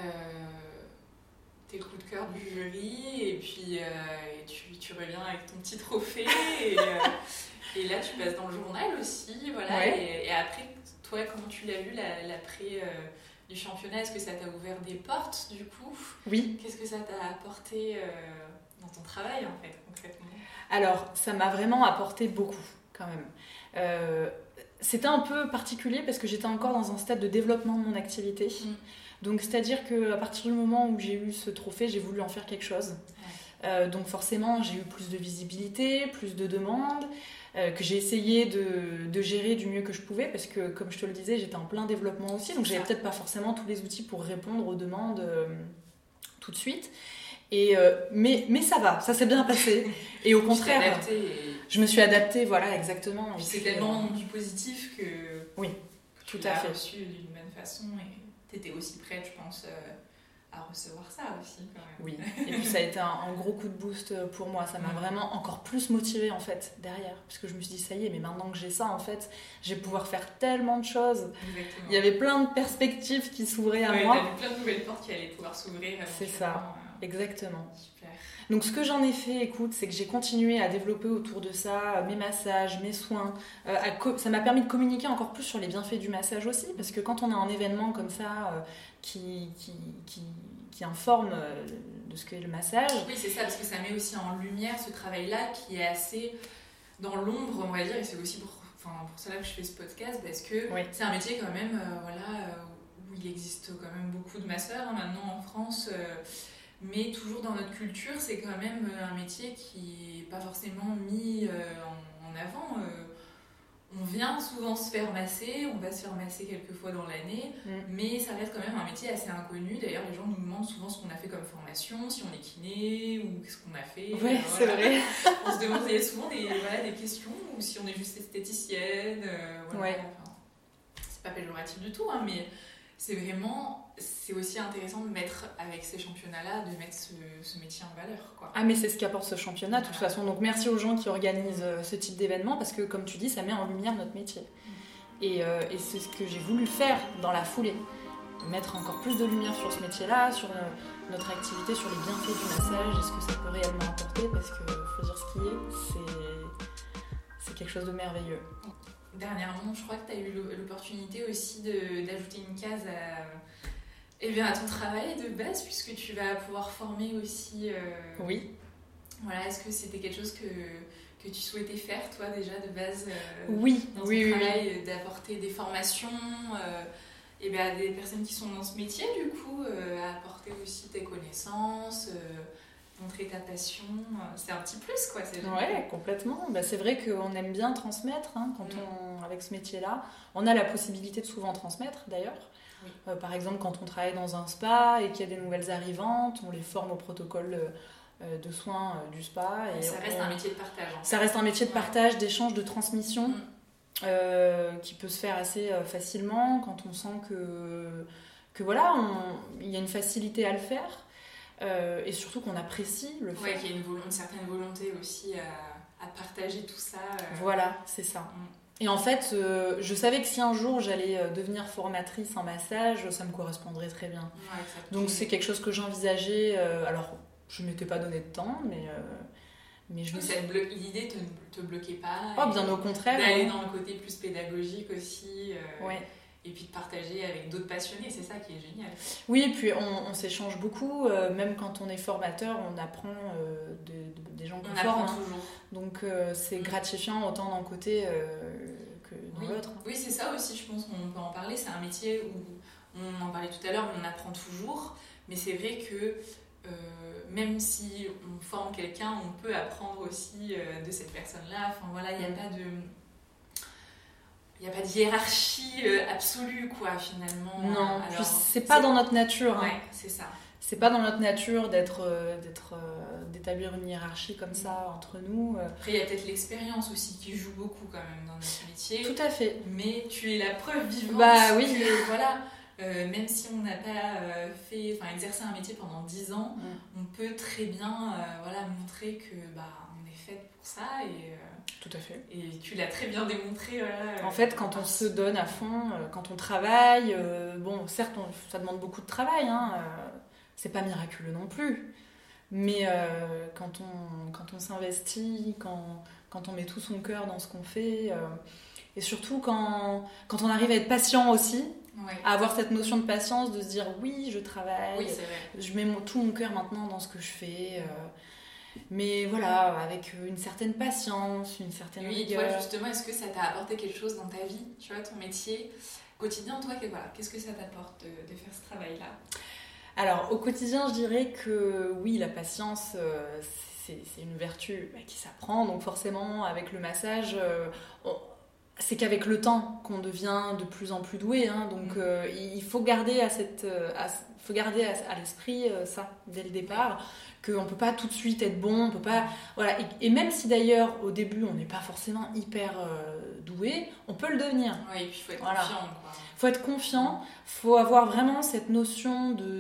tes coups de cœur du jury, et puis euh, et tu, tu reviens avec ton petit trophée, et, euh, et là tu passes dans le journal aussi, voilà. Ouais. Et, et après, toi, comment tu l'as vu la- l'après euh, du championnat ? Est-ce que ça t'a ouvert des portes du coup ? Oui, Qu'est-ce que ça t'a apporté euh, dans ton travail en fait, concrètement ? alors ça m'a vraiment apporté beaucoup quand même. Euh, c'était un peu particulier parce que j'étais encore dans un stade de développement de mon activité. Mm. Donc c'est-à-dire qu'à partir du moment où j'ai eu ce trophée, j'ai voulu en faire quelque chose. Euh, donc forcément, j'ai eu plus de visibilité, plus de demandes, euh, que j'ai essayé de, de gérer du mieux que je pouvais, parce que comme je te le disais, j'étais en plein développement aussi, donc j'avais Ça. peut-être pas forcément tous les outils pour répondre aux demandes euh, tout de suite. Et, euh, mais, mais ça va, ça s'est bien passé. Et au Tu t'es contraire, adapté et je me suis adaptée, voilà, exactement. puis Et c'est puis, tellement euh, du positif que Oui, que tu tout à l'as fait. reçu d'une bonne façon et t'étais aussi prête, je pense, euh, à recevoir ça aussi quand même. Oui, et puis ça a été un, un gros coup de boost pour moi. Ça m'a mmh. vraiment encore plus motivée en fait derrière. Parce que je me suis dit, ça y est, mais maintenant que j'ai ça, en fait, je vais pouvoir faire tellement de choses. Exactement. Il y avait plein de perspectives qui s'ouvraient à ouais, moi. Il y avait plein de nouvelles portes qui allaient pouvoir s'ouvrir. C'est ça, euh... exactement. Super. Donc ce que j'en ai fait, écoute, c'est que j'ai continué à développer autour de ça mes massages, mes soins. Euh, à co- ça m'a permis de communiquer encore plus sur les bienfaits du massage aussi, parce que quand on a un événement comme ça euh, qui, qui, qui, qui informe euh, de ce qu'est le massage... Oui, c'est ça, parce que ça met aussi en lumière ce travail-là qui est assez dans l'ombre, on va dire, et c'est aussi pour, enfin, pour cela que je fais ce podcast, parce que oui. c'est un métier quand même, euh, voilà, où il existe quand même beaucoup de masseurs hein, maintenant en France... Euh, mais toujours dans notre culture, c'est quand même un métier qui n'est pas forcément mis en, en avant. On vient souvent se faire masser, on va se faire masser quelques fois dans l'année, mm. mais ça reste quand même un métier assez inconnu. D'ailleurs, les gens nous demandent souvent ce qu'on a fait comme formation, si on est kiné ou qu'est-ce qu'on a fait. Oui, euh, c'est voilà. vrai. On se demande il y a souvent des, voilà, des questions, ou si on est juste esthéticienne. Euh, voilà. Ouais. Enfin, c'est pas péjoratif du tout, hein, mais c'est vraiment, c'est aussi intéressant de mettre, avec ces championnats-là, de mettre ce, ce métier en valeur, quoi. Ah mais c'est ce qu'apporte ce championnat de toute voilà. façon, donc merci aux gens qui organisent ce type d'événement, parce que comme tu dis, ça met en lumière notre métier. Mmh. Et, euh, et c'est ce que j'ai voulu faire dans la foulée, mettre encore plus de lumière sur ce métier-là, sur le, notre activité, sur les bienfaits du massage, et ce que ça peut réellement apporter, parce qu'il faut dire ce qui est, c'est, c'est quelque chose de merveilleux. Dernièrement, je crois que tu as eu l'opportunité aussi de, d'ajouter une case à, eh bien, à ton travail de base, puisque tu vas pouvoir former aussi. Euh, oui. Voilà, est-ce que c'était quelque chose que, que tu souhaitais faire, toi, déjà, de base euh, Oui, dans ton oui, travail, oui. d'apporter des formations euh, eh bien, à des personnes qui sont dans ce métier, du coup, euh, à apporter aussi tes connaissances euh, montrer ta passion, c'est un petit plus quoi. C'est ouais, complètement. Bah, c'est vrai qu'on aime bien transmettre hein, quand mmh. on, avec ce métier-là. On a la possibilité de souvent transmettre d'ailleurs. Oui. Euh, par exemple, quand on travaille dans un spa et qu'il y a des nouvelles arrivantes, on les forme au protocole euh, de soins euh, du spa. Et, et ça reste on... un métier de partage. Ça reste un métier de partage, d'échange, de transmission mmh. euh, qui peut se faire assez euh, facilement quand on sent que, que voilà, il y a une facilité à le faire. Euh, et surtout qu'on apprécie le fait. Ouais, qu'il y a une, volo- une certaine volonté aussi à, à partager tout ça. Euh... Voilà, c'est ça. Mm. Et en fait, euh, je savais que si un jour j'allais devenir formatrice en massage, ça me correspondrait très bien. Ouais, donc c'est quelque chose que j'envisageais. Euh, alors, je ne m'étais pas donné de temps, mais... Euh, mais je oui, me... blo- l'idée ne te, te bloquait pas. Oh, bien au contraire. D'aller hein. dans le côté plus pédagogique aussi. Euh... Ouais. Et puis de partager avec d'autres passionnés, c'est ça qui est génial. Oui, et puis on, on s'échange beaucoup, euh, même quand on est formateur, on apprend euh, de, de, des gens qu'on on forme. apprend toujours. Donc euh, c'est mmh. gratifiant autant d'un côté euh, que dans oui. l'autre. Oui, c'est ça aussi, je pense qu'on peut en parler. C'est un métier où, on en parlait tout à l'heure, on apprend toujours. Mais c'est vrai que euh, même si on forme quelqu'un, on peut apprendre aussi euh, de cette personne-là. Enfin voilà, il n'y a mmh. pas de... Il n'y a pas de hiérarchie euh, absolue, quoi, finalement. Non, alors, puis c'est pas c'est... dans notre nature. Hein. Ouais, c'est ça. C'est pas dans notre nature d'être, euh, d'être, euh, d'établir une hiérarchie comme ça entre nous. Après, il y a peut-être l'expérience aussi qui joue beaucoup quand même dans notre métier. Tout à fait. Mais tu es la preuve vivante bah, oui. que, voilà, euh, même si on n'a pas euh, fait, enfin, exercé un métier pendant dix ans, mm. on peut très bien euh, voilà, montrer que bah, on est faite pour ça et... Euh, Tout à fait. Et tu l'as très bien démontré. Voilà, en fait, quand on se donne à fond, quand on travaille, euh, bon, certes, on, ça demande beaucoup de travail, hein, euh, c'est pas miraculeux non plus, mais euh, quand, on, quand on s'investit, quand, quand on met tout son cœur dans ce qu'on fait, euh, et surtout quand, quand on arrive à être patient aussi, ouais. à avoir cette notion de patience, de se dire oui, je travaille, oui, c'est vrai. Je mets mon, tout mon cœur maintenant dans ce que je fais. Euh, Mais voilà, avec une certaine patience, une certaine oui, rigueur. Toi, justement, est-ce que ça t'a apporté quelque chose dans ta vie, tu vois, ton métier quotidien, toi, que, voilà, qu'est-ce que ça t'apporte de, de faire ce travail-là ? Alors, au quotidien, je dirais que oui, la patience, euh, c'est, c'est une vertu bah, qui s'apprend. Donc forcément, avec le massage, euh, on, c'est qu'avec le temps qu'on devient de plus en plus doué. Hein, donc, euh, il faut garder à cette, à, faut garder à, à l'esprit euh, ça dès le départ. Qu'on ne peut pas tout de suite être bon, on peut pas... Voilà. Et, et même si d'ailleurs, au début, on n'est pas forcément hyper euh, doué, on peut le devenir. Oui, et puis il faut être voilà. confiant. Il faut être confiant, il faut avoir vraiment cette notion de,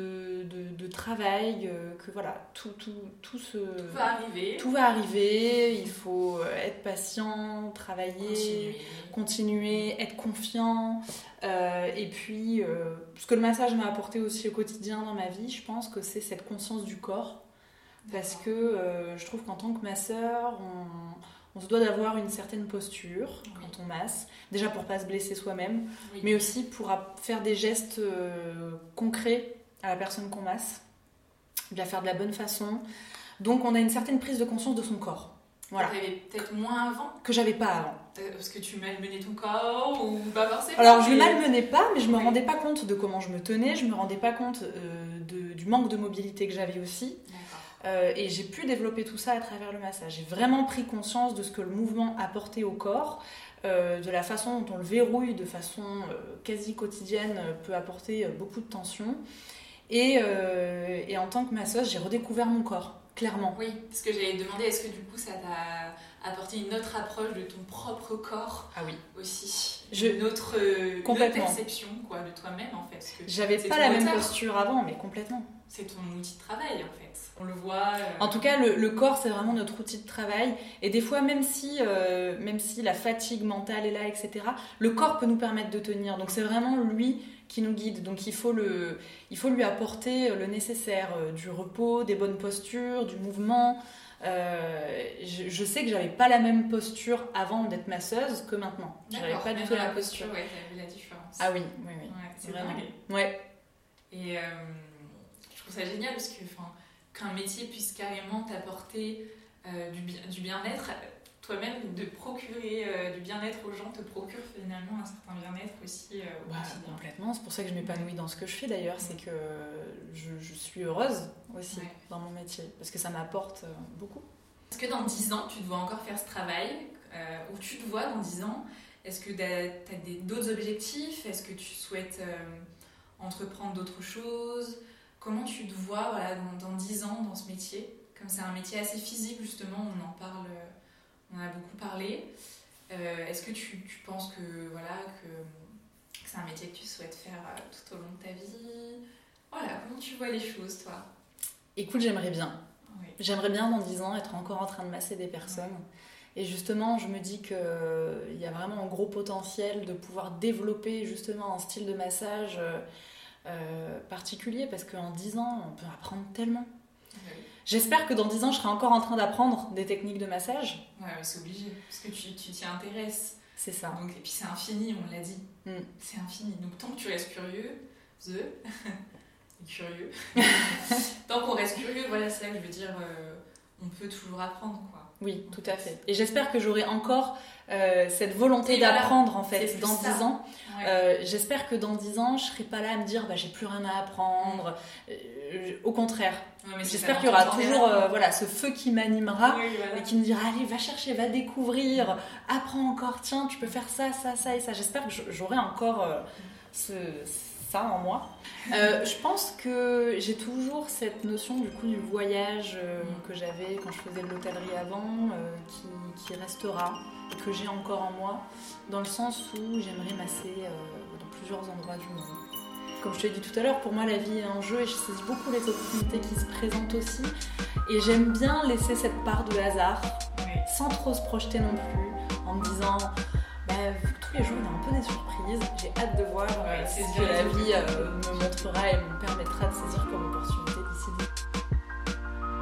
de, de, de travail, euh, que voilà, tout, tout, tout, se, tout va arriver. Tout va arriver, il faut être patient, travailler, continuer, continuer être confiant. Euh, et puis, euh, ce que le massage m'a apporté aussi au quotidien dans ma vie, je pense que c'est cette conscience du corps. Parce que euh, je trouve qu'en tant que masseur, on, on se doit d'avoir une certaine posture oui. quand on masse. Déjà pour ne pas se blesser soi-même, oui. mais aussi pour faire des gestes euh, concrets à la personne qu'on masse, bien faire de la bonne façon. Donc on a une certaine prise de conscience de son corps. Voilà. Que tu avais peut-être moins avant ? Que j'avais pas avant. Euh, parce que tu malmenais ton corps ou pas forcément ? Alors je ne mais... malmenais pas, mais je ne me oui. rendais pas compte de comment je me tenais, je ne me rendais pas compte euh, de, du manque de mobilité que j'avais aussi. Euh, et j'ai pu développer tout ça à travers le massage. J'ai vraiment pris conscience de ce que le mouvement apportait au corps, euh, de la façon dont on le verrouille de façon euh, quasi quotidienne euh, peut apporter euh, beaucoup de tension. Et, euh, et en tant que masseuse, j'ai redécouvert mon corps, clairement. Oui, parce que j'allais te demander, est-ce que du coup ça t'a apporté une autre approche de ton propre corps ah oui. aussi Je... Une autre, euh, une autre perception quoi, de toi-même en fait. Parce que j'avais pas la même posture avant, mais complètement. C'est ton outil de travail en fait. On le voit. Euh... En tout cas, le, le corps, c'est vraiment notre outil de travail. Et des fois, même si, euh, même si la fatigue mentale est là, et cetera, le corps peut nous permettre de tenir. Donc, c'est vraiment lui qui nous guide. Donc, il faut, le, il faut lui apporter le nécessaire, euh, du repos, des bonnes postures, du mouvement. Euh, je, je sais que j'avais pas la même posture avant d'être masseuse que maintenant. D'accord, j'avais pas du tout la même posture. Ouais, t'as vu la différence. Ah oui, oui, oui. Ouais, c'est vraiment. dingue. Ouais. Et euh, je trouve ça génial parce que, enfin, qu'un métier puisse carrément t'apporter euh, du, bien, du bien-être, toi-même de procurer euh, du bien-être aux gens te procure finalement un certain bien-être aussi euh, au bah, quotidien. Complètement, c'est pour ça que je m'épanouis dans ce que je fais d'ailleurs, c'est que je, je suis heureuse aussi ouais. dans mon métier, parce que ça m'apporte euh, beaucoup. Est-ce que dans dix ans, tu dois encore faire ce travail euh, où tu te vois dans dix ans? Est-ce que tu as d'autres objectifs? Est-ce que tu souhaites euh, entreprendre d'autres choses? Comment tu te vois voilà, dans, dans dix ans dans ce métier? Comme c'est un métier assez physique justement, on en parle, on en a beaucoup parlé. Euh, est-ce que tu, tu penses que, voilà, que, que c'est un métier que tu souhaites faire euh, tout au long de ta vie? Voilà, comment tu vois les choses toi? Écoute, j'aimerais bien. Oui. J'aimerais bien dans dix ans être encore en train de masser des personnes. Oui. Et justement, je me dis qu'il euh, y a vraiment un gros potentiel de pouvoir développer justement un style de massage euh, euh, particulier, parce qu'en dix ans, on peut apprendre tellement. Oui. J'espère que dans dix ans, je serai encore en train d'apprendre des techniques de massage. Ouais, c'est obligé, parce que tu, tu t'y intéresses. C'est ça. Donc, et puis c'est infini, on l'a dit. Mm. C'est infini. Donc tant que tu restes curieux, the... curieux. Tant qu'on reste curieux, voilà, c'est ça que je veux dire, euh, on peut toujours apprendre, quoi. Oui, tout à fait. Et j'espère que j'aurai encore euh, cette volonté et d'apprendre, voilà, en fait, dans dix ans. Ouais. Euh, j'espère que dans dix ans, je ne serai pas là à me dire bah, « j'ai plus rien à apprendre mmh. ». Euh, au contraire. Ouais, j'espère qu'il y aura toujours euh, voilà, ce feu qui m'animera oui, voilà. et qui me dira « allez, va chercher, va découvrir, apprends encore, tiens, tu peux faire ça, ça, ça et ça ». J'espère que j'aurai encore euh, ce... ça en moi. Euh, je pense que j'ai toujours cette notion du coup du voyage euh, que j'avais quand je faisais de l'hôtellerie avant, euh, qui, qui restera, et que j'ai encore en moi, dans le sens où j'aimerais masser euh, dans plusieurs endroits du monde. Comme je te l'ai dit tout à l'heure, pour moi la vie est un jeu et je saisis beaucoup les opportunités qui se présentent aussi. Et j'aime bien laisser cette part de hasard, oui. sans trop se projeter non plus, en me disant... Bah, tous les jours, il y a un peu des surprises. J'ai hâte de voir ouais, ce que la vie euh, me montrera et me permettra de saisir comme opportunité d'ici.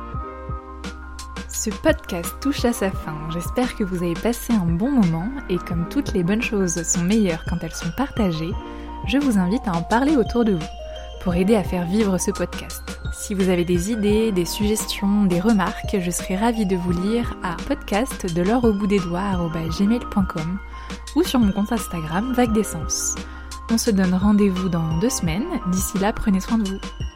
Ce podcast touche à sa fin. J'espère que vous avez passé un bon moment et comme toutes les bonnes choses sont meilleures quand elles sont partagées, je vous invite à en parler autour de vous pour aider à faire vivre ce podcast. Si vous avez des idées, des suggestions, des remarques, je serai ravie de vous lire à podcast de l'or au bout des doigts arobase gmail point com ou sur mon compte Instagram Vague d'essence. On se donne rendez-vous dans deux semaines. D'ici là, prenez soin de vous.